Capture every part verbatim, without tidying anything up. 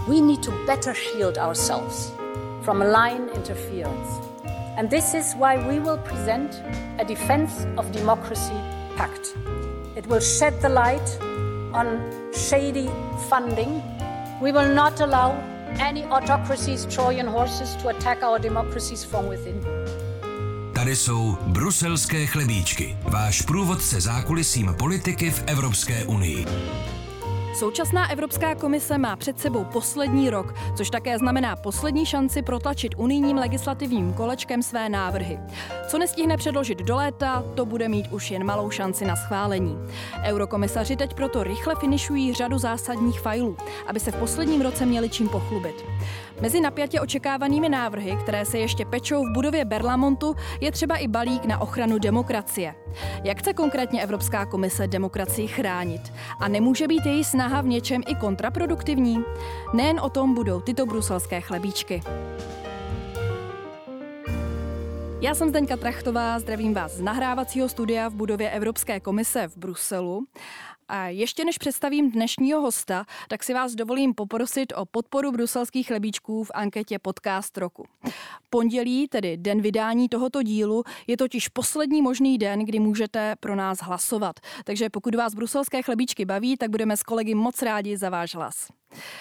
we need to better shield ourselves from malign interference. And this is why we will present a Defense of Democracy Pact. It will shed the light on shady funding. We will not allow any autocracy's Trojan horses to attack our democracies from within. Tady jsou bruselské chlebíčky, váš průvodce zákulisím politiky v Evropské unii. Současná Evropská komise má před sebou poslední rok, což také znamená poslední šanci protlačit unijním legislativním kolečkem své návrhy. Co nestihne předložit do léta, to bude mít už jen malou šanci na schválení. Eurokomisaři teď proto rychle finišují řadu zásadních fajlů, aby se v posledním roce měli čím pochlubit. Mezi napjatě očekávanými návrhy, které se ještě pečou v budově Berlamontu, je třeba i balík na ochranu demokracie. Jak chce konkrétně Evropská komise demokracii chránit? A nemůže být její snaha v něčem i kontraproduktivní? Nejen o tom budou tyto bruselské chlebíčky. Já jsem Zdeňka Trachtová, zdravím vás z nahrávacího studia v budově Evropské komise v Bruselu. A ještě než představím dnešního hosta, tak si vás dovolím poprosit o podporu bruselských chlebíčků v anketě Podcast roku. Pondělí, tedy den vydání tohoto dílu, je totiž poslední možný den, kdy můžete pro nás hlasovat. Takže pokud vás bruselské chlebíčky baví, tak budeme s kolegy moc rádi za váš hlas.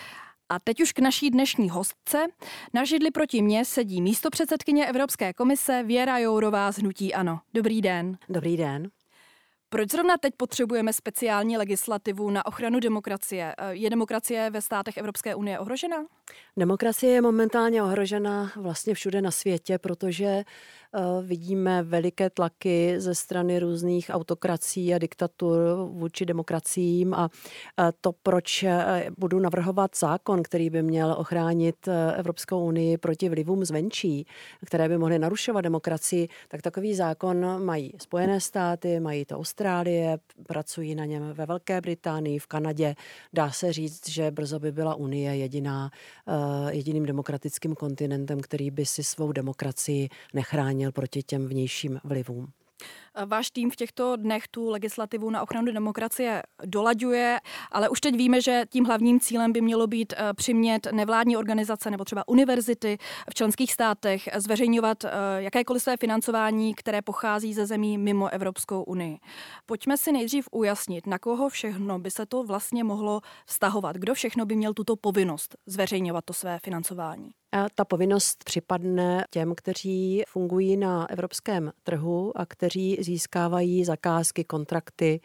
A teď už k naší dnešní hostce. Na židli proti mně sedí místopředsedkyně Evropské komise Věra Jourová z hnutí ANO. Dobrý den. Dobrý den. Proč zrovna teď potřebujeme speciální legislativu na ochranu demokracie? Je demokracie ve státech Evropské unie ohrožena? Demokracie je momentálně ohrožena vlastně všude na světě, protože uh, vidíme veliké tlaky ze strany různých autokracií a diktatur vůči demokraciím a uh, to, proč uh, budu navrhovat zákon, který by měl ochránit uh, Evropskou unii proti vlivům zvenčí, které by mohly narušovat demokracii, tak takový zákon mají Spojené státy, mají to Austrálie, pracují na něm ve Velké Británii, v Kanadě. Dá se říct, že brzo by byla Unie jediná jediným demokratickým kontinentem, který by si svou demokracii nechránil proti těm vnějším vlivům. Váš tým v těchto dnech tu legislativu na ochranu demokracie dolaďuje, ale už teď víme, že tím hlavním cílem by mělo být přimět nevládní organizace nebo třeba univerzity v členských státech zveřejňovat jakékoliv své financování, které pochází ze zemí mimo Evropskou unii. Pojďme si nejdřív ujasnit, na koho všechno by se to vlastně mohlo vztahovat. Kdo všechno by měl tuto povinnost zveřejňovat to své financování? A ta povinnost připadne těm, kteří fungují na evropském trhu a kteří získávají zakázky, kontrakty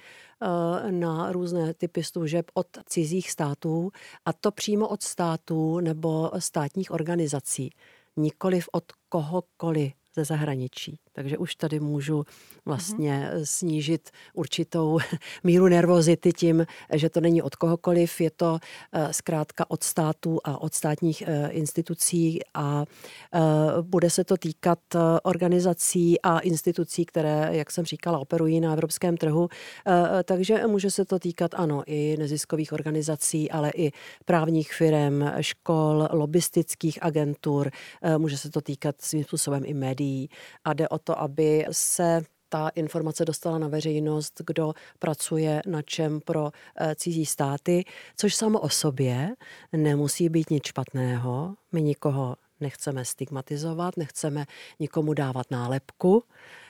na různé typy služeb od cizích států, a to přímo od států nebo státních organizací, nikoliv od kohokoliv ze zahraničí. Takže už tady můžu vlastně mm-hmm. snížit určitou míru nervozity tím, že to není od kohokoliv, je to uh, zkrátka od států a od státních uh, institucí a uh, bude se to týkat uh, organizací a institucí, které, jak jsem říkala, operují na evropském trhu. Uh, takže může se to týkat, ano, i neziskových organizací, ale i právních firem, škol, lobistických agentur. Uh, může se to týkat svým způsobem i médií. A jde o to, aby se ta informace dostala na veřejnost, kdo pracuje na čem pro cizí státy, což samo o sobě nemusí být nic špatného. My nikoho nechceme stigmatizovat, nechceme nikomu dávat nálepku,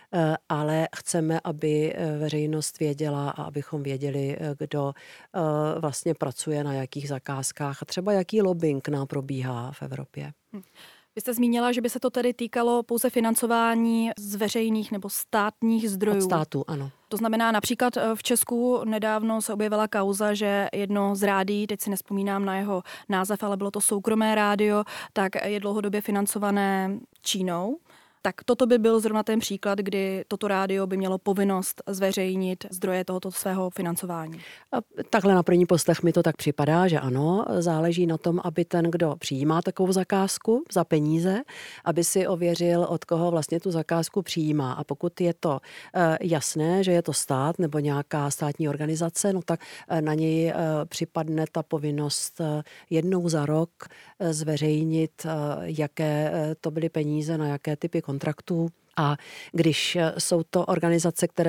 ale chceme, aby veřejnost věděla a abychom věděli, kdo vlastně pracuje na jakých zakázkách a třeba jaký lobbying nám probíhá v Evropě. Hm. Vy jste zmínila, že by se to tedy týkalo pouze financování z veřejných nebo státních zdrojů. Od státu, ano. To znamená, například v Česku nedávno se objevila kauza, že jedno z rádií, teď si nespomínám na jeho název, ale bylo to soukromé rádio, tak je dlouhodobě financované Čínou. Tak toto by byl zrovna ten příklad, kdy toto rádio by mělo povinnost zveřejnit zdroje tohoto svého financování. A takhle na první poslech mi to tak připadá, že ano, záleží na tom, aby ten, kdo přijímá takovou zakázku za peníze, aby si ověřil, od koho vlastně tu zakázku přijímá. A pokud je to uh, jasné, že je to stát nebo nějaká státní organizace, no tak uh, na něj uh, připadne ta povinnost uh, jednou za rok uh, zveřejnit, uh, jaké uh, to byly peníze, na jaké typy kontraktů. A když jsou to organizace, které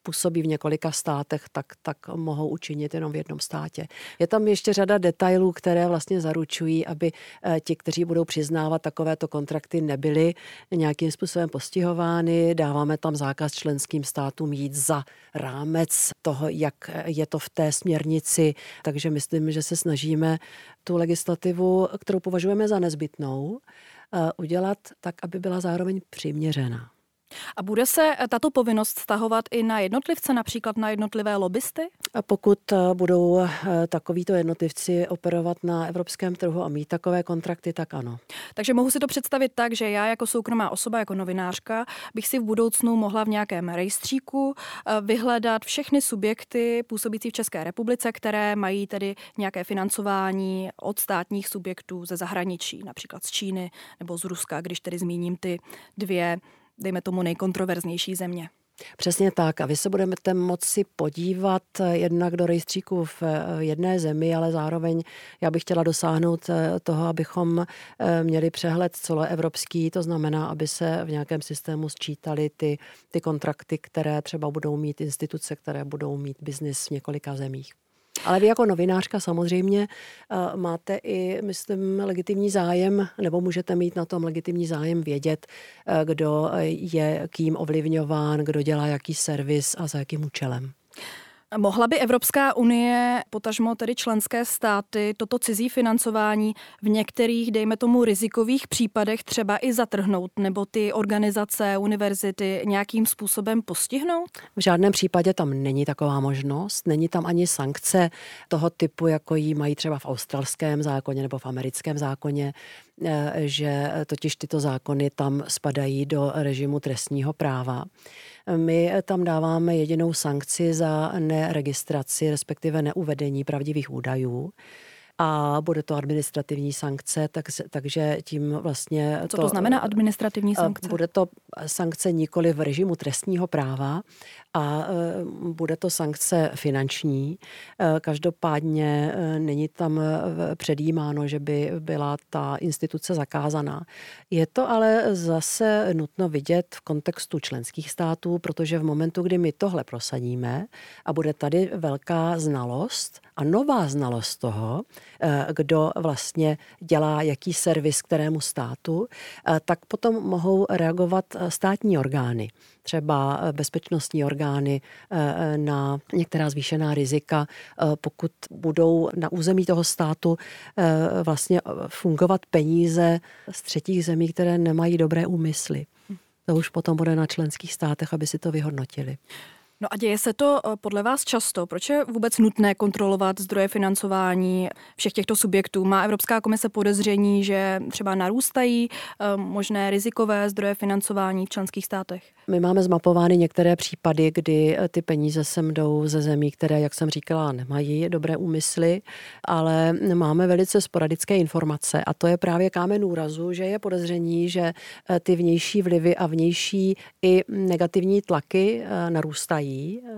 působí v několika státech, tak, tak mohou učinit jenom v jednom státě. Je tam ještě řada detailů, které vlastně zaručují, aby ti, kteří budou přiznávat takovéto kontrakty, nebyli nějakým způsobem postihovány. Dáváme tam zákaz členským státům jít za rámec toho, jak je to v té směrnici. Takže myslím, že se snažíme tu legislativu, kterou považujeme za nezbytnou, udělat tak, aby byla zároveň přiměřená. A bude se tato povinnost vztahovat i na jednotlivce, například na jednotlivé lobbysty? A pokud budou takovýto jednotlivci operovat na evropském trhu a mít takové kontrakty, tak ano. Takže mohu si to představit tak, že já jako soukromá osoba, jako novinářka, bych si v budoucnu mohla v nějakém rejstříku vyhledat všechny subjekty působící v České republice, které mají tedy nějaké financování od státních subjektů ze zahraničí, například z Číny nebo z Ruska, když tedy zmíním ty dvě, dejme tomu, nejkontroverznější země. Přesně tak. A vy se budete moci podívat jednak do rejstříku v jedné zemi, ale zároveň já bych chtěla dosáhnout toho, abychom měli přehled celoevropský, to znamená, aby se v nějakém systému sčítaly ty, ty kontrakty, které třeba budou mít instituce, které budou mít biznis v několika zemích. Ale vy jako novinářka samozřejmě máte i, myslím, legitimní zájem, nebo můžete mít na tom legitimní zájem vědět, kdo je kým ovlivňován, kdo dělá jaký servis a za jakým účelem. Mohla by Evropská unie, potažmo tedy členské státy, toto cizí financování v některých, dejme tomu, rizikových případech třeba i zatrhnout, nebo ty organizace, univerzity nějakým způsobem postihnout? V žádném případě tam není taková možnost. Není tam ani sankce toho typu, jako ji mají třeba v australském zákoně nebo v americkém zákoně, že totiž tyto zákony tam spadají do režimu trestního práva. My tam dáváme jedinou sankci za neregistraci, respektive neuvedení pravdivých údajů. A bude to administrativní sankce, tak, takže tím vlastně... Co to, to znamená administrativní sankce? Bude to sankce nikoli v režimu trestního práva a bude to sankce finanční. Každopádně není tam předjímáno, že by byla ta instituce zakázaná. Je to ale zase nutno vidět v kontextu členských států, protože v momentu, kdy my tohle prosadíme a bude tady velká znalost a nová znalost toho, kdo vlastně dělá jaký servis kterému státu, tak potom mohou reagovat státní orgány, třeba bezpečnostní orgány na některá zvýšená rizika, pokud budou na území toho státu vlastně fungovat peníze z třetích zemí, které nemají dobré úmysly. To už potom bude na členských státech, aby si to vyhodnotili. No a děje se to podle vás často? Proč je vůbec nutné kontrolovat zdroje financování všech těchto subjektů? Má Evropská komise podezření, že třeba narůstají možné rizikové zdroje financování v členských státech? My máme zmapovány některé případy, kdy ty peníze sem jdou ze zemí, které, jak jsem říkala, nemají dobré úmysly, ale máme velice sporadické informace a to je právě kámen úrazu, že je podezření, že ty vnější vlivy a vnější i negativní tlaky narůstají.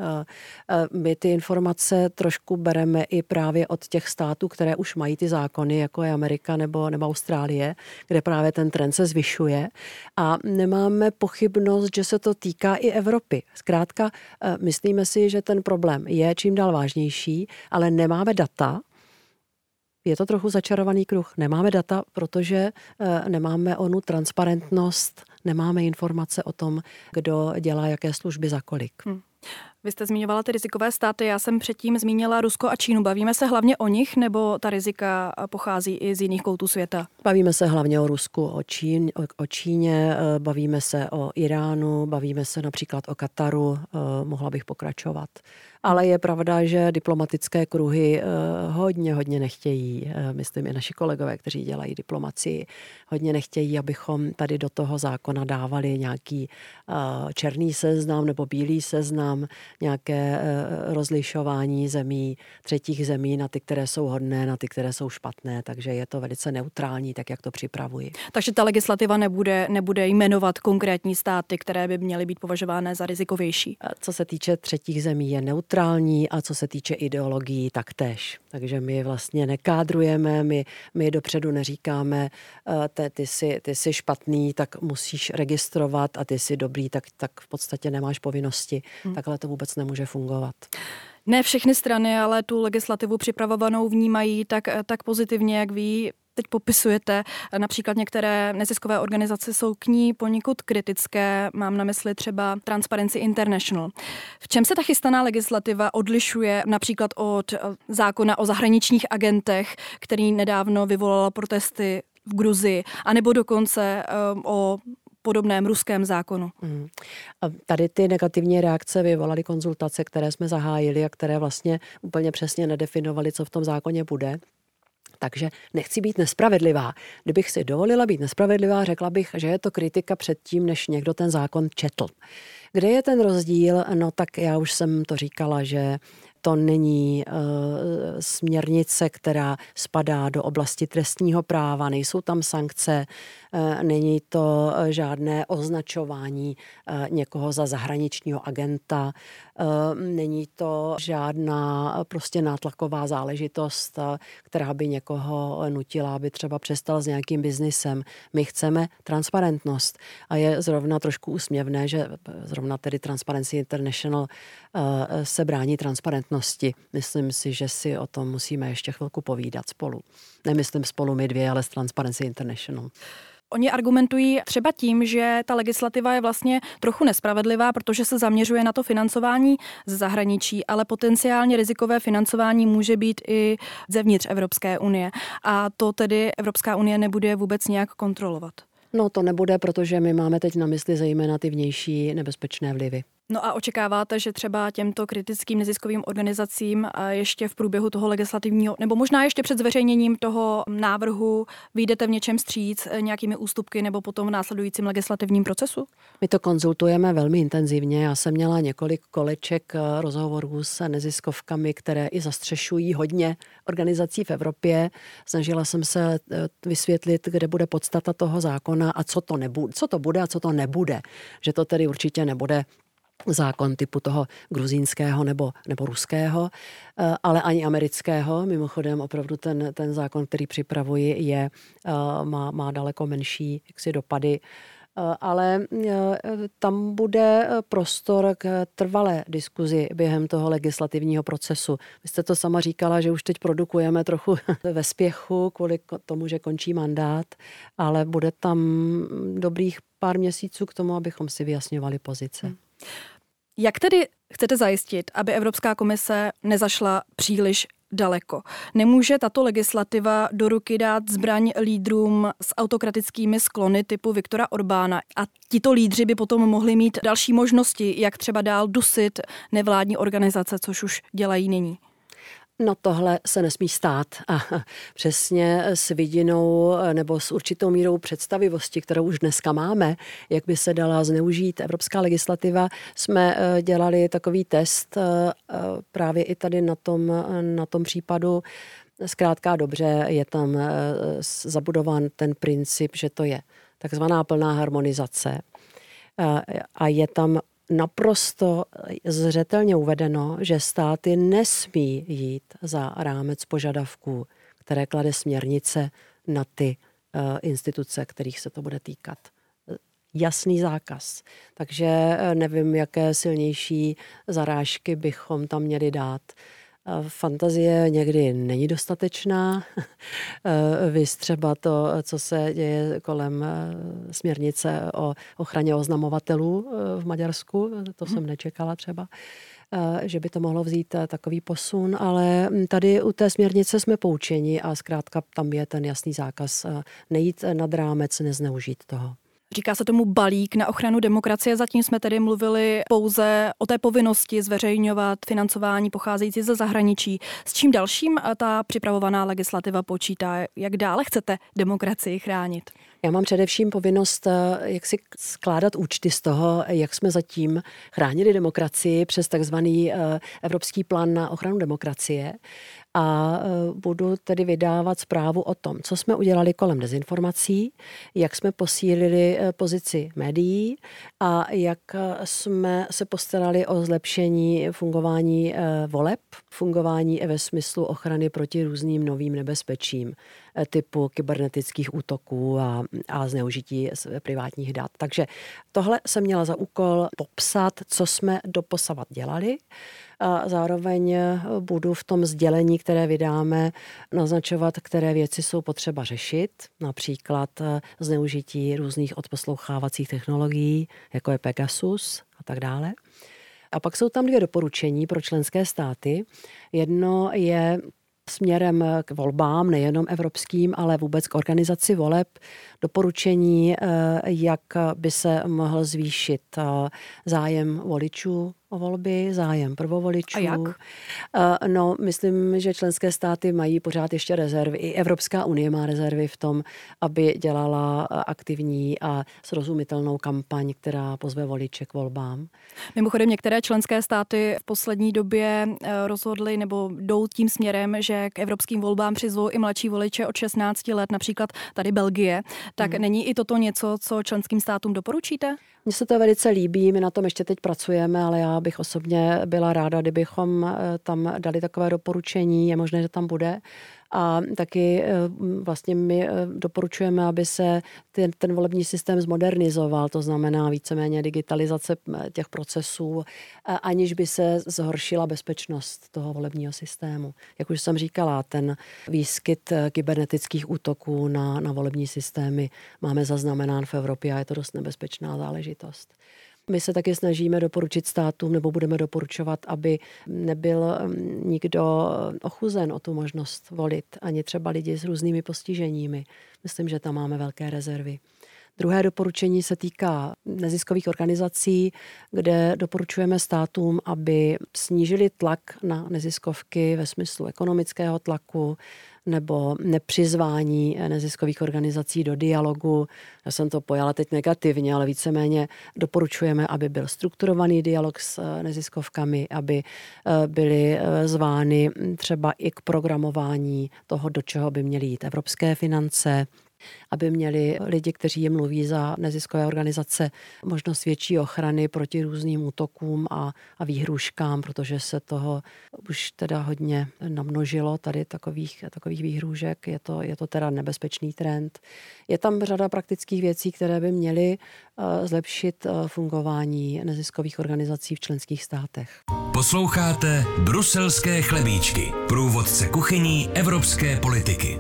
My ty informace trošku bereme i právě od těch států, které už mají ty zákony, jako je Amerika nebo, nebo Austrálie, kde právě ten trend se zvyšuje a nemáme pochybnost, že se to týká i Evropy. Zkrátka, myslíme si, že ten problém je čím dál vážnější, ale nemáme data. Je to trochu začarovaný kruh. Nemáme data, protože nemáme onu transparentnost, nemáme informace o tom, kdo dělá jaké služby za kolik. Hmm. Vy jste zmiňovala ty rizikové státy, já jsem předtím zmínila Rusko a Čínu. Bavíme se hlavně o nich, nebo ta rizika pochází i z jiných koutů světa? Bavíme se hlavně o Rusku, o, Čín, o, o Číně, bavíme se o Iránu, bavíme se například o Kataru, mohla bych pokračovat. Ale je pravda, že diplomatické kruhy hodně, hodně nechtějí, myslím i naši kolegové, kteří dělají diplomacii, hodně nechtějí, abychom tady do toho zákona dávali nějaký černý seznam nebo bílý seznam, nějaké rozlišování zemí, třetích zemí na ty, které jsou hodné, na ty, které jsou špatné, takže je to velice neutrální, tak jak to připravuji. Takže ta legislativa nebude, nebude jmenovat konkrétní státy, které by měly být považovány za rizikovější? Co se týče třetích zemí, je neutrální. neutrální a co se týče ideologií, tak též. Takže my vlastně nekádrujeme, my, my dopředu neříkáme, te, ty, jsi, ty jsi špatný, tak musíš registrovat a ty jsi dobrý, tak, tak v podstatě nemáš povinnosti. Hmm. Takhle to vůbec nemůže fungovat. Ne všechny strany, ale tu legislativu připravovanou vnímají tak, tak pozitivně, jak vy teď popisujete. Například některé neziskové organizace jsou k ní poněkud kritické. Mám na mysli třeba Transparency International. V čem se ta chystaná legislativa odlišuje například od zákona o zahraničních agentech, který nedávno vyvolal protesty v Gruzii, anebo dokonce um, o podobném ruském zákonu? Hmm. A tady ty negativní reakce vyvolaly konzultace, které jsme zahájili a které vlastně úplně přesně nedefinovaly, co v tom zákoně bude. Takže nechci být nespravedlivá. Kdybych si dovolila být nespravedlivá, řekla bych, že je to kritika před tím, než někdo ten zákon četl. Kde je ten rozdíl? No tak já už jsem to říkala, že to není uh, směrnice, která spadá do oblasti trestního práva, nejsou tam sankce, uh, není to uh, žádné označování uh, někoho za zahraničního agenta, uh, není to žádná uh, prostě nátlaková záležitost, uh, která by někoho nutila, aby třeba přestal s nějakým biznisem. My chceme transparentnost a je zrovna trošku úsměvné, že zrovna tedy Transparency International uh, se brání transparentnosti. Myslím si, že si o tom musíme ještě chvilku povídat spolu. Nemyslím spolu my dvě, ale s Transparency International. Oni argumentují třeba tím, že ta legislativa je vlastně trochu nespravedlivá, protože se zaměřuje na to financování z zahraničí, ale potenciálně rizikové financování může být i zevnitř Evropské unie. A to tedy Evropská unie nebude vůbec nějak kontrolovat. No to nebude, protože my máme teď na mysli zejména ty vnější nebezpečné vlivy. No a očekáváte, že třeba těmto kritickým neziskovým organizacím ještě v průběhu toho legislativního, nebo možná ještě před zveřejněním toho návrhu vyjdete v něčem vstříc nějakými ústupky nebo potom v následujícím legislativním procesu? My to konzultujeme velmi intenzivně. Já jsem měla několik koleček rozhovorů s neziskovkami, které i zastřešují hodně organizací v Evropě. Snažila jsem se vysvětlit, kde bude podstata toho zákona a co to nebude, co to bude a co to nebude. Že to tedy určitě nebude zákon typu toho gruzínského nebo, nebo ruského, ale ani amerického. Mimochodem opravdu ten, ten zákon, který připravuji, je, má, má daleko menší jaksi dopady, ale tam bude prostor k trvalé diskuzi během toho legislativního procesu. Vy jste to sama říkala, že už teď produkujeme trochu ve spěchu kvůli tomu, že končí mandát, ale bude tam dobrých pár měsíců k tomu, abychom si vyjasňovali pozice. Hmm. Jak tedy chcete zajistit, aby Evropská komise nezašla příliš daleko? Nemůže tato legislativa do ruky dát zbraň lídrům s autokratickými sklony typu Viktora Orbána a tito lídři by potom mohli mít další možnosti, jak třeba dál dusit nevládní organizace, což už dělají nyní? No tohle se nesmí stát a přesně s vidinou nebo s určitou mírou představivosti, kterou už dneska máme, jak by se dala zneužít evropská legislativa, jsme dělali takový test právě i tady na tom, na tom případu. Zkrátka dobře, je tam zabudován ten princip, že to je takzvaná plná harmonizace a je tam naprosto zřetelně uvedeno, že státy nesmí jít za rámec požadavků, které klade směrnice na ty uh, instituce, kterých se to bude týkat. Jasný zákaz. Takže nevím, jaké silnější zarážky bychom tam měli dát. Fantazie někdy není dostatečná. Viz třeba to, co se děje kolem směrnice o ochraně oznamovatelů v Maďarsku. To jsem nečekala třeba, že by to mohlo vzít takový posun, ale tady u té směrnice jsme poučeni a zkrátka tam je ten jasný zákaz nejít nad rámec, nezneužít toho. Říká se tomu balík na ochranu demokracie. Zatím jsme tedy mluvili pouze o té povinnosti zveřejňovat financování pocházející ze zahraničí. S čím dalším ta připravovaná legislativa počítá? Jak dále chcete demokracii chránit? Já mám především povinnost, jak si skládat účty z toho, jak jsme zatím chránili demokracii přes takzvaný Evropský plán na ochranu demokracie. a budu tedy vydávat zprávu o tom, co jsme udělali kolem dezinformací, jak jsme posílili pozici médií a jak jsme se postarali o zlepšení fungování voleb, fungování ve smyslu ochrany proti různým novým nebezpečím typu kybernetických útoků a, a zneužití privátních dat. Takže tohle jsem měla za úkol popsat, co jsme doposavat dělali. A zároveň budu v tom sdělení, které vydáme, naznačovat, které věci jsou potřeba řešit, například zneužití různých odposlouchávacích technologií, jako je Pegasus a tak dále. A pak jsou tam dvě doporučení pro členské státy. Jedno je směrem k volbám, nejenom evropským, ale vůbec k organizaci voleb, doporučení, jak by se mohl zvýšit zájem voličů o volby, zájem prvovoličů. A jak? No, myslím, že členské státy mají pořád ještě rezervy. I Evropská unie má rezervy v tom, aby dělala aktivní a srozumitelnou kampaň, která pozve voliče k volbám. Mimochodem, některé členské státy v poslední době rozhodly nebo jdou tím směrem, že k evropským volbám přizvou i mladší voliče od šestnácti let, například tady Belgie. Tak hmm. není i toto něco, co členským státům doporučíte? Mně se to velice líbí, my na tom ještě teď pracujeme, ale já bych osobně byla ráda, kdybychom tam dali takové doporučení, je možné, že tam bude. A taky vlastně my doporučujeme, aby se ten, ten volební systém zmodernizoval, to znamená víceméně digitalizace těch procesů, aniž by se zhoršila bezpečnost toho volebního systému. Jak už jsem říkala, ten výskyt kybernetických útoků na, na volební systémy máme zaznamenán v Evropě a je to dost nebezpečná záležitost. My se taky snažíme doporučit státům, nebo budeme doporučovat, aby nebyl nikdo ochuzen o tu možnost volit, ani třeba lidi s různými postiženími. Myslím, že tam máme velké rezervy. Druhé doporučení se týká neziskových organizací, kde doporučujeme státům, aby snížili tlak na neziskovky ve smyslu ekonomického tlaku nebo nepřizvání neziskových organizací do dialogu. Já jsem to pojala teď negativně, ale víceméně doporučujeme, aby byl strukturovaný dialog s neziskovkami, aby byly zvány třeba i k programování toho, do čeho by měly jít evropské finance, aby měli lidi, kteří je mluví za neziskové organizace, možnost větší ochrany proti různým útokům a, a výhrůžkám, protože se toho už teda hodně namnožilo, tady takových, takových výhrůžek. Je to, je to teda nebezpečný trend. Je tam řada praktických věcí, které by měly uh, zlepšit uh, fungování neziskových organizací v členských státech. Posloucháte Bruselské chlebíčky, průvodce kuchyní evropské politiky.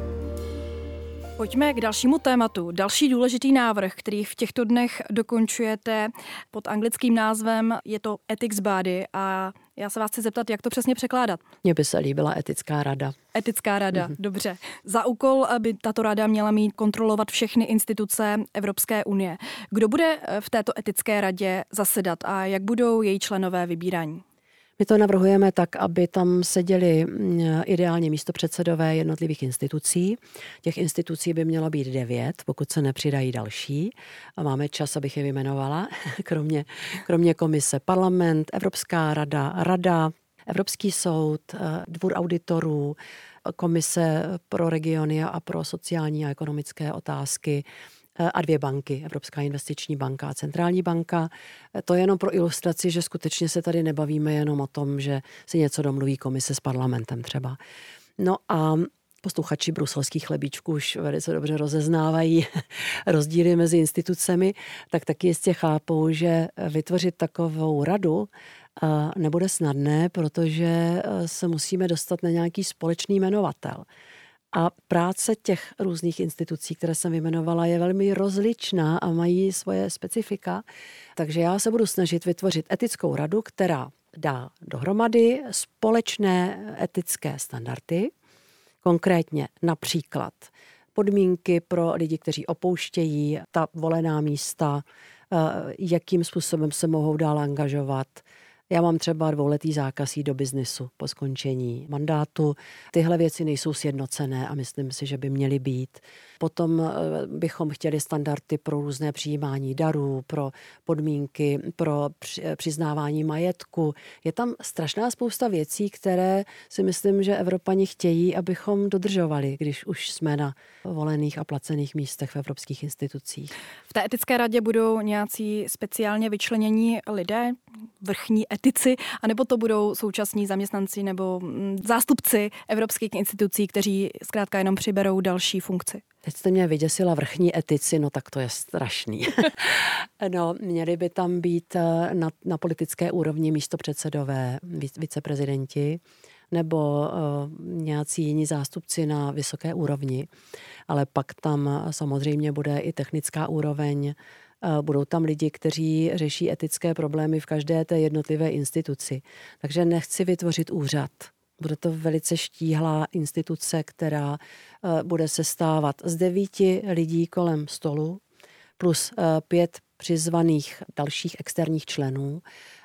Pojďme k dalšímu tématu. Další důležitý návrh, který v těchto dnech dokončujete pod anglickým názvem, je to Ethics Body a já se vás chci zeptat, jak to přesně překládat. Mně by se líbila etická rada. Etická rada, mm-hmm. Dobře. Za úkol by tato rada měla mít kontrolovat všechny instituce Evropské unie. Kdo bude v této etické radě zasedat a jak budou její členové vybírání? My to navrhujeme tak, aby tam seděli ideálně místopředsedové jednotlivých institucí. Těch institucí by mělo být devět, pokud se nepřidají další. A máme čas, abych je vyjmenovala. Kromě, kromě komise Parlament, Evropská rada, Rada, Evropský soud, Dvůr auditorů, Komise pro regiony a pro sociální a ekonomické otázky, a dvě banky, Evropská investiční banka a Centrální banka. To je jenom pro ilustraci, že skutečně se tady nebavíme jenom o tom, že si něco domluví komise s parlamentem třeba. No a posluchači bruselských chlebíčků už velice dobře rozeznávají rozdíly mezi institucemi, tak taky jistě chápou, že vytvořit takovou radu nebude snadné, protože se musíme dostat na nějaký společný jmenovatel. A práce těch různých institucí, které jsem vyjmenovala, je velmi rozličná a mají svoje specifika. Takže já se budu snažit vytvořit etickou radu, která dá dohromady společné etické standardy, konkrétně například podmínky pro lidi, kteří opouštějí ta volená místa, jakým způsobem se mohou dál angažovat, Já mám třeba dvouletý zákaz jít do biznisu po skončení mandátu. Tyhle věci nejsou sjednocené a myslím si, že by měly být. Potom bychom chtěli standardy pro různé přijímání darů, pro podmínky, pro přiznávání majetku. Je tam strašná spousta věcí, které si myslím, že Evropani chtějí, abychom dodržovali, když už jsme na volených a placených místech v evropských institucích. V té etické radě budou nějací speciálně vyčlenění lidé, vrchní etici, anebo to budou současní zaměstnanci nebo zástupci evropských institucí, kteří zkrátka jenom přiberou další funkci? Teď jste mě vyděsila vrchní etici, no tak to je strašný. No, měli by tam být na, na politické úrovni místopředsedové, viceprezidenti, nebo uh, nějací jiní zástupci na vysoké úrovni. Ale pak tam samozřejmě bude i technická úroveň. Uh, budou tam lidi, kteří řeší etické problémy v každé té jednotlivé instituci. Takže nechci vytvořit úřad. Bude to velice štíhlá instituce, která uh, bude sestávat z devíti lidí kolem stolu plus uh, pět přizvaných dalších externích členů.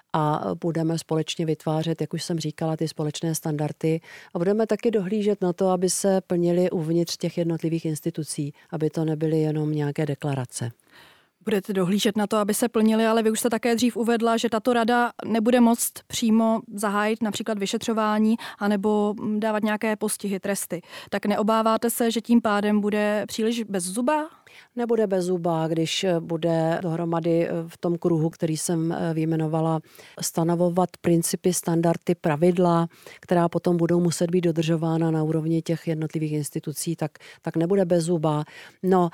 A budeme společně vytvářet, jak už jsem říkala, ty společné standardy a budeme taky dohlížet na to, aby se plnily uvnitř těch jednotlivých institucí, aby to nebyly jenom nějaké deklarace. Budete dohlížet na to, aby se plnily, ale vy už jste také dřív uvedla, že tato rada nebude moct přímo zahájit například vyšetřování anebo dávat nějaké postihy, tresty. Tak neobáváte se, že tím pádem bude příliš bezzubá? Nebude bezzubá, když bude dohromady v tom kruhu, který jsem vyjmenovala, stanovovat principy, standardy, pravidla, která potom budou muset být dodržována na úrovni těch jednotlivých institucí, tak, tak nebude bezzubá. No,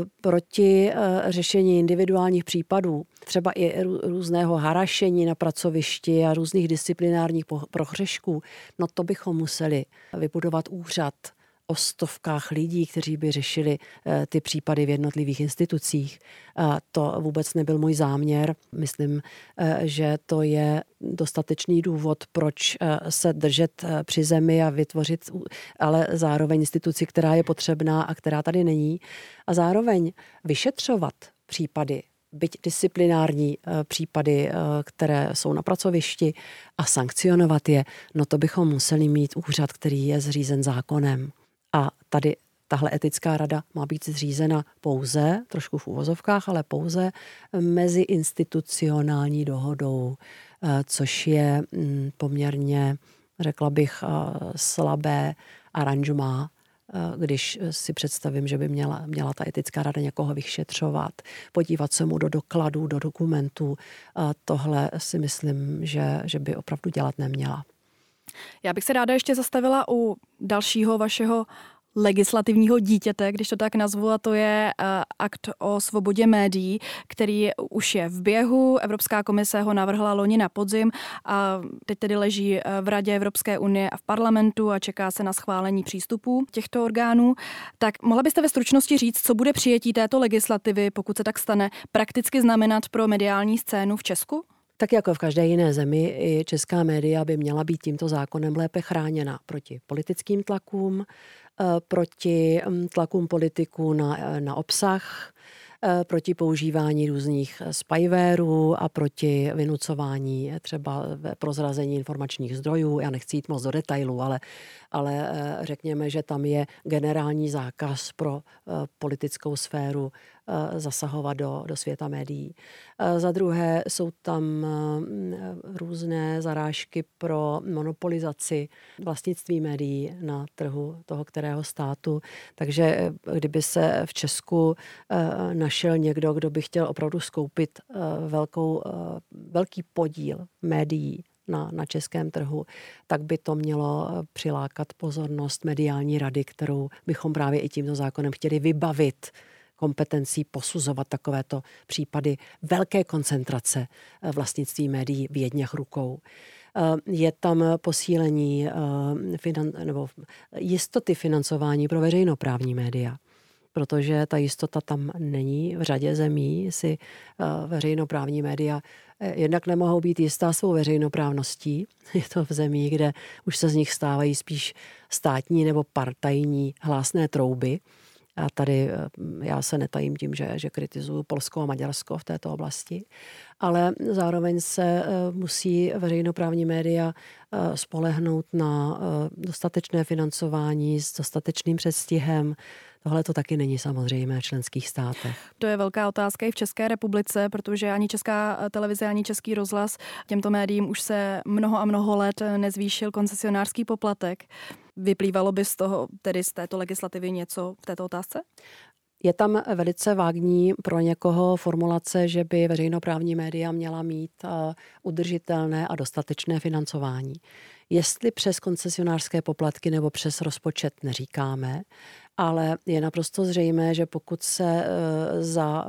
proti řešení individuálních případů, třeba i různého harašení na pracovišti a různých disciplinárních prohřešků, no to bychom museli vybudovat úřad o stovkách lidí, kteří by řešili ty případy v jednotlivých institucích. To vůbec nebyl můj záměr. Myslím, že to je dostatečný důvod, proč se držet při zemi a vytvořit, ale zároveň instituci, která je potřebná a která tady není. A zároveň vyšetřovat případy, byť disciplinární případy, které jsou na pracovišti a sankcionovat je, no to bychom museli mít úřad, který je zřízen zákonem. A tady tahle etická rada má být zřízena pouze, trošku v uvozovkách, ale pouze meziinstitucionální dohodou, což je poměrně, řekla bych, slabé aranžmá, když si představím, že by měla, měla ta etická rada někoho vyšetřovat, podívat se mu do dokladů, do dokumentů. Tohle si myslím, že, že by opravdu dělat neměla. Já bych se ráda ještě zastavila u dalšího vašeho legislativního dítěte, když to tak nazvu, a to je akt o svobodě médií, který už je v běhu. Evropská komise ho navrhla loni na podzim a teď tedy leží v Radě Evropské unie a v parlamentu a čeká se na schválení přístupů těchto orgánů. Tak mohla byste ve stručnosti říct, co bude přijetí této legislativy, pokud se tak stane, prakticky znamenat pro mediální scénu v Česku? Tak jako v každé jiné zemi, i česká média by měla být tímto zákonem lépe chráněna proti politickým tlakům, proti tlakům politiků na, na obsah, proti používání různých spywarů a proti vynucování třeba prozrazení informačních zdrojů. Já nechci jít moc do detailů, ale, ale řekněme, že tam je generální zákaz pro politickou sféru zasahovat do, do světa médií. Za druhé jsou tam různé zarážky pro monopolizaci vlastnictví médií na trhu toho kterého státu. Takže kdyby se v Česku našel někdo, kdo by chtěl opravdu skoupit velkou, velký podíl médií na, na českém trhu, tak by to mělo přilákat pozornost mediální rady, kterou bychom právě i tímto zákonem chtěli vybavit kompetencí posuzovat takovéto případy velké koncentrace vlastnictví médií v jedněch rukou. Je tam posílení finan, nebo jistoty financování pro veřejnoprávní média, protože ta jistota tam není. V řadě zemí si veřejnoprávní média jednak nemohou být jistá svou veřejnoprávností. Je to v zemích, kde už se z nich stávají spíš státní nebo partajní hlásné trouby. A tady já se netajím tím, že, že kritizuju Polsko a Maďarsko v této oblasti, ale zároveň se musí veřejnoprávní média spolehnout na dostatečné financování s dostatečným předstihem. Tohle to taky není samozřejmé v členských státech. To je velká otázka i v České republice, protože ani Česká televize, ani Český rozhlas těmto médiím už se mnoho a mnoho let nezvýšil koncesionářský poplatek. Vyplývalo by z toho, tedy z této legislativy něco v této otázce? Je tam velice vágní pro někoho formulace, že by veřejnoprávní média měla mít udržitelné a dostatečné financování. Jestli přes koncesionářské poplatky nebo přes rozpočet neříkáme, ale je naprosto zřejmé, že pokud se za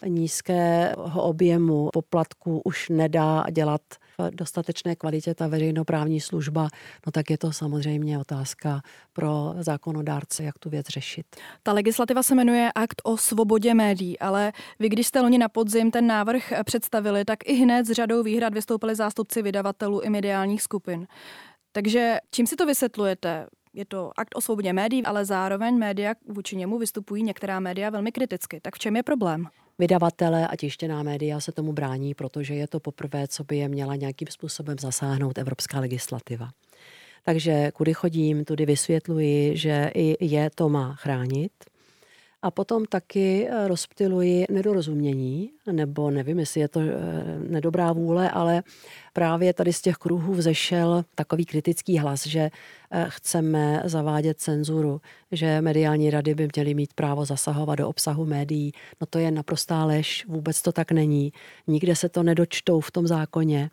nízkého objemu poplatků už nedá dělat v dostatečné kvalitě ta veřejnoprávní služba, no tak je to samozřejmě otázka pro zákonodárce, jak tu věc řešit. Ta legislativa se jmenuje Akt o svobodě médií, ale vy, když jste loni na podzim ten návrh představili, tak i hned s řadou výhrad vystoupili zástupci vydavatelů i mediálních skupin. Takže čím si to vysvětlujete? Je to akt o svobodě médií, ale zároveň média vůči němu vystupují některá média velmi kriticky. Tak v čem je problém? Vydavatelé a tištěná média se tomu brání, protože je to poprvé, co by je měla nějakým způsobem zasáhnout evropská legislativa. Takže kudy chodím, tudy vysvětluji, že i je to má chránit. A potom taky rozptyluji nedorozumění, nebo nevím, jestli je to nedobrá vůle, ale právě tady z těch kruhů vzešel takový kritický hlas, že chceme zavádět cenzuru, že mediální rady by měly mít právo zasahovat do obsahu médií. No to je naprostá lež, vůbec to tak není. Nikde se to nedočtou v tom zákoně.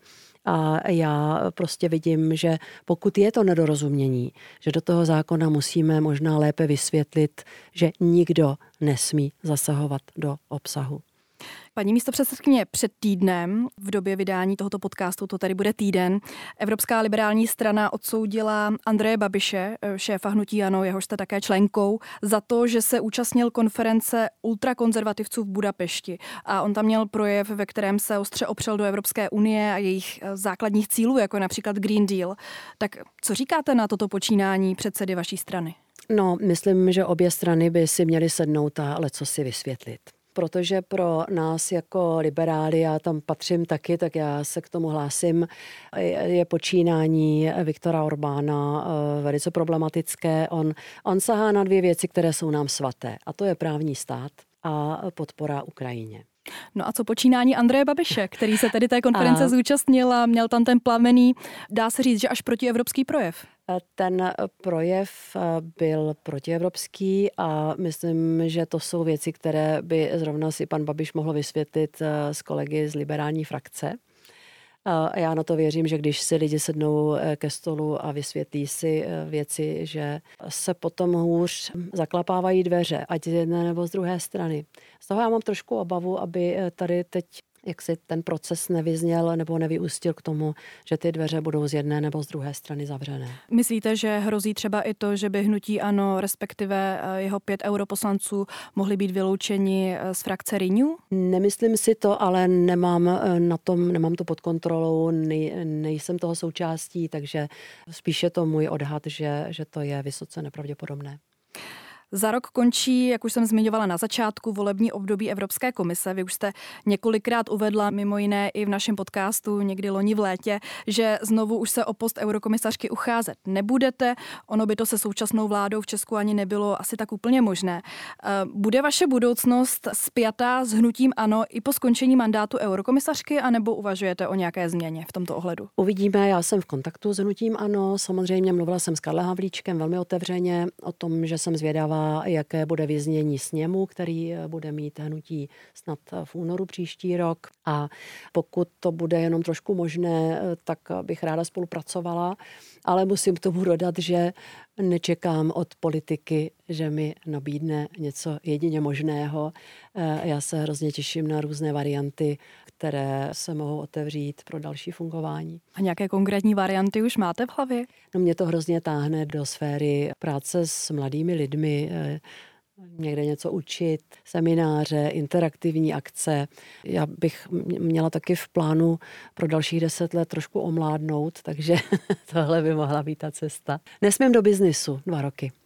A já prostě vidím, že pokud je to nedorozumění, že do toho zákona musíme možná lépe vysvětlit, že nikdo nesmí zasahovat do obsahu. Paní místopředsedkyně, před týdnem, v době vydání tohoto podcastu, to tady bude týden, Evropská liberální strana odsoudila Andreje Babiše, šéfa hnutí ANO, jehož jste také členkou, za to, že se účastnil konference ultrakonzervativců v Budapešti. A on tam měl projev, ve kterém se ostře opřel do Evropské unie a jejich základních cílů, jako například Green Deal. Tak co říkáte na toto počínání předsedy vaší strany? No, myslím, že obě strany by si měly sednout a leco si vysvětlit. Protože pro nás jako liberály, já tam patřím taky, tak já se k tomu hlásím, je počínání Viktora Orbána velice problematické. On, on sahá na dvě věci, které jsou nám svaté, a to je právní stát a podpora Ukrajině. No a co počínání Andreje Babiše, který se tedy té konference a... zúčastnil a měl tam ten plamený, dá se říct, že až protievropský projev? Ten projev byl protievropský a myslím, že to jsou věci, které by zrovna si pan Babiš mohl vysvětlit s kolegy z liberální frakce. A já na to věřím, že když si lidi sednou ke stolu a vysvětlí si věci, že se potom hůř zaklapávají dveře, ať z jedné nebo z druhé strany. Z toho já mám trošku obavu, aby tady teď jak si ten proces nevyzněl nebo nevyústil k tomu, že ty dveře budou z jedné nebo z druhé strany zavřené. Myslíte, že hrozí třeba i to, že by hnutí ANO, respektive jeho pět europoslanců, mohli být vyloučeni z frakce Renew? Nemyslím si to, ale nemám na tom, nemám to pod kontrolou, nej, nejsem toho součástí, takže spíše to můj odhad, že, že to je vysoce nepravděpodobné. Za rok končí, jak už jsem zmiňovala na začátku, volební období Evropské komise. Vy už jste několikrát uvedla, mimo jiné i v našem podcastu, někdy loni v létě, že znovu už se o post eurokomisařky ucházet nebudete. Ono by to se současnou vládou v Česku ani nebylo asi tak úplně možné. Bude vaše budoucnost spjatá s hnutím ANO i po skončení mandátu eurokomisařky, anebo uvažujete o nějaké změně v tomto ohledu? Uvidíme, já jsem v kontaktu s hnutím ANO. Samozřejmě mluvila jsem s Karlem Havlíčkem velmi otevřeně o tom, že jsem zvědavá, jaké bude vyznění sněmu, který bude mít hnutí snad v únoru příští rok. A pokud to bude jenom trošku možné, tak bych ráda spolupracovala. Ale musím k tomu dodat, že nečekám od politiky, že mi nabídne něco jedině možného. Já se hrozně těším na různé varianty, které se mohou otevřít pro další fungování. A nějaké konkrétní varianty už máte v hlavě? No, mě to hrozně táhne do sféry práce s mladými lidmi, někde něco učit, semináře, interaktivní akce. Já bych měla taky v plánu pro dalších deset let trošku omládnout, takže tohle by mohla být ta cesta. Nesmím do biznisu dva roky.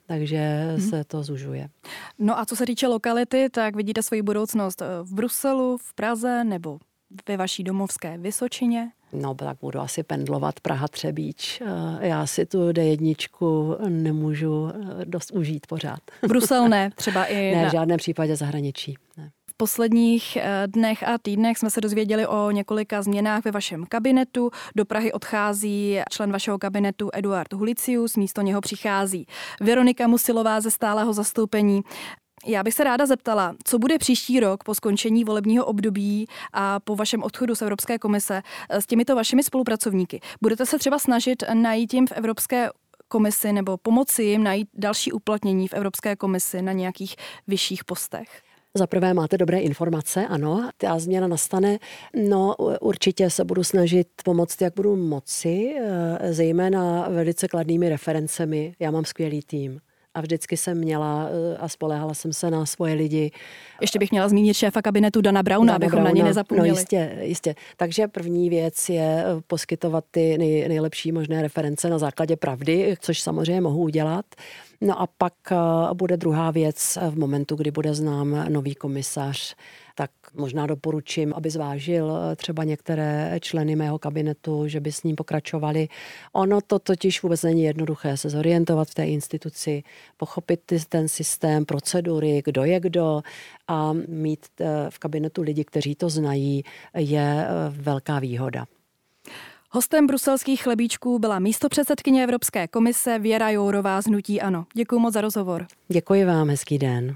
takže hmm. se to zužuje. No a co se týče lokality, tak vidíte svoji budoucnost v Bruselu, v Praze nebo ve vaší domovské Vysočině? No, tak budu asi pendlovat Praha-Třebíč. Já si tu D jedna nemůžu dost užít pořád. Brusel ne, třeba i... Ne, na... v žádném případě zahraničí. Ne. V posledních dnech a týdnech jsme se dozvěděli o několika změnách ve vašem kabinetu. Do Prahy odchází člen vašeho kabinetu Eduard Hulicius, místo něho přichází Veronika Musilová ze stálého zastoupení. Já bych se ráda zeptala, co bude příští rok po skončení volebního období a po vašem odchodu z Evropské komise s těmito vašimi spolupracovníky. Budete se třeba snažit najít jim v Evropské komisi nebo pomoci jim najít další uplatnění v Evropské komisi na nějakých vyšších postech? Za prvé máte dobré informace, ano, ta změna nastane. No, určitě se budu snažit pomoct, jak budu moci, zejména velice kladnými referencemi. Já mám skvělý tým. A vždycky jsem měla a spoléhala jsem se na svoje lidi. Ještě bych měla zmínit šéfa kabinetu Dana Brauna, Dana abychom Brauna. na ně nezapomněli. No jistě, jistě. Takže první věc je poskytovat ty nej, nejlepší možné reference na základě pravdy, což samozřejmě mohu udělat. No a pak bude druhá věc v momentu, kdy bude znám nový komisař, tak možná doporučím, aby zvážil třeba některé členy mého kabinetu, že by s ním pokračovali. Ono to totiž vůbec není jednoduché se zorientovat v té instituci, pochopit ten systém, procedury, kdo je kdo a mít v kabinetu lidi, kteří to znají, je velká výhoda. Hostem bruselských chlebíčků byla místopředsedkyně Evropské komise Věra Jourová z hnutí ANO. Děkuji moc za rozhovor. Děkuji vám, hezký den.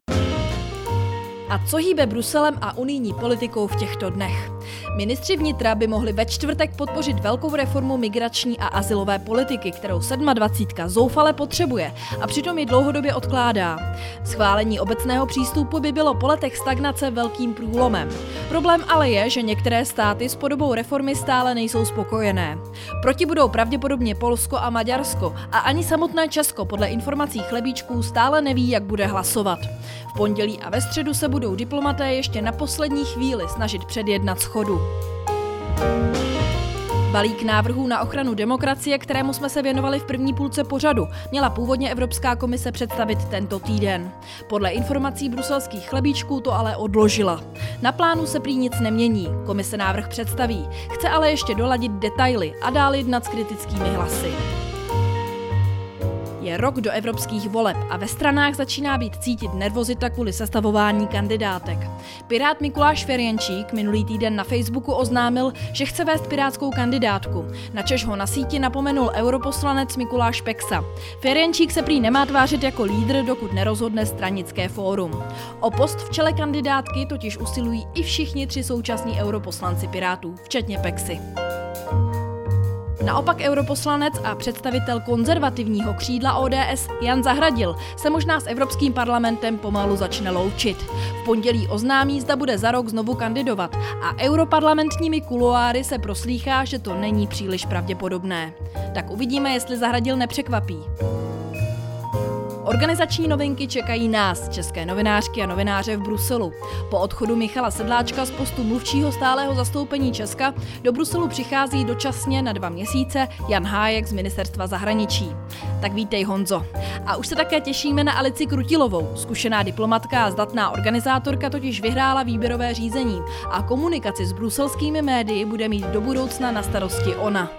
A co hýbe Bruselem a unijní politikou v těchto dnech? Ministři vnitra by mohli ve čtvrtek podpořit velkou reformu migrační a azylové politiky, kterou dvacítka sedm zoufale potřebuje a přitom ji dlouhodobě odkládá. Schválení obecného přístupu by bylo po letech stagnace velkým průlomem. Problém ale je, že některé státy s podobou reformy stále nejsou spokojené. Proti budou pravděpodobně Polsko a Maďarsko a ani samotné Česko podle informací chlebíčků stále neví, jak bude hlasovat. V pondělí a ve středu se budou diplomaté ještě na poslední chvíli snažit předjednat shodu. Balík návrhů na ochranu demokracie, kterému jsme se věnovali v první půlce pořadu, měla původně Evropská komise představit tento týden. Podle informací bruselských chlebíčků to ale odložila. Na plánu se prý nic nemění, komise návrh představí, chce ale ještě doladit detaily a dál jednat s kritickými hlasy. Je rok do evropských voleb a ve stranách začíná být cítit nervozita kvůli sestavování kandidátek. Pirát Mikuláš Ferjenčík minulý týden na Facebooku oznámil, že chce vést pirátskou kandidátku, načež ho na síti napomenul europoslanec Mikuláš Peksa. Ferjenčík se prý nemá tvářit jako lídr, dokud nerozhodne stranické fórum. O post v čele kandidátky totiž usilují i všichni tři současní europoslanci Pirátů, včetně Peksy. Naopak europoslanec a představitel konzervativního křídla O D S Jan Zahradil se možná s Evropským parlamentem pomalu začne loučit. V pondělí oznámí, zda bude za rok znovu kandidovat a europarlamentními kuloáry se proslýchá, že to není příliš pravděpodobné. Tak uvidíme, jestli Zahradil nepřekvapí. Organizační novinky čekají nás, české novinářky a novináře v Bruselu. Po odchodu Michala Sedláčka z postu mluvčího stálého zastoupení Česka do Bruselu přichází dočasně na dva měsíce Jan Hájek z Ministerstva zahraničí. Tak vítej, Honzo. A už se také těšíme na Alici Krutilovou. Zkušená diplomatka a zdatná organizátorka totiž vyhrála výběrové řízení a komunikaci s bruselskými médii bude mít do budoucna na starosti ona.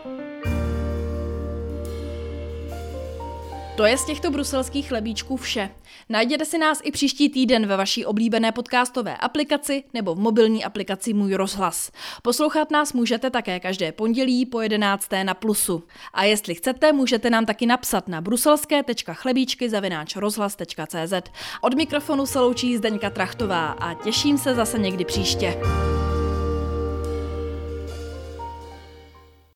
To je z těchto bruselských chlebíčků vše. Najděte si nás i příští týden ve vaší oblíbené podcastové aplikaci nebo v mobilní aplikaci Můj rozhlas. Poslouchat nás můžete také každé pondělí po jedenácté na Plusu. A jestli chcete, můžete nám taky napsat na bruselské tečka chlebíčky zavináč rozhlas tečka cé zet. Od mikrofonu se loučí Zdeňka Trachtová a těším se zase někdy příště.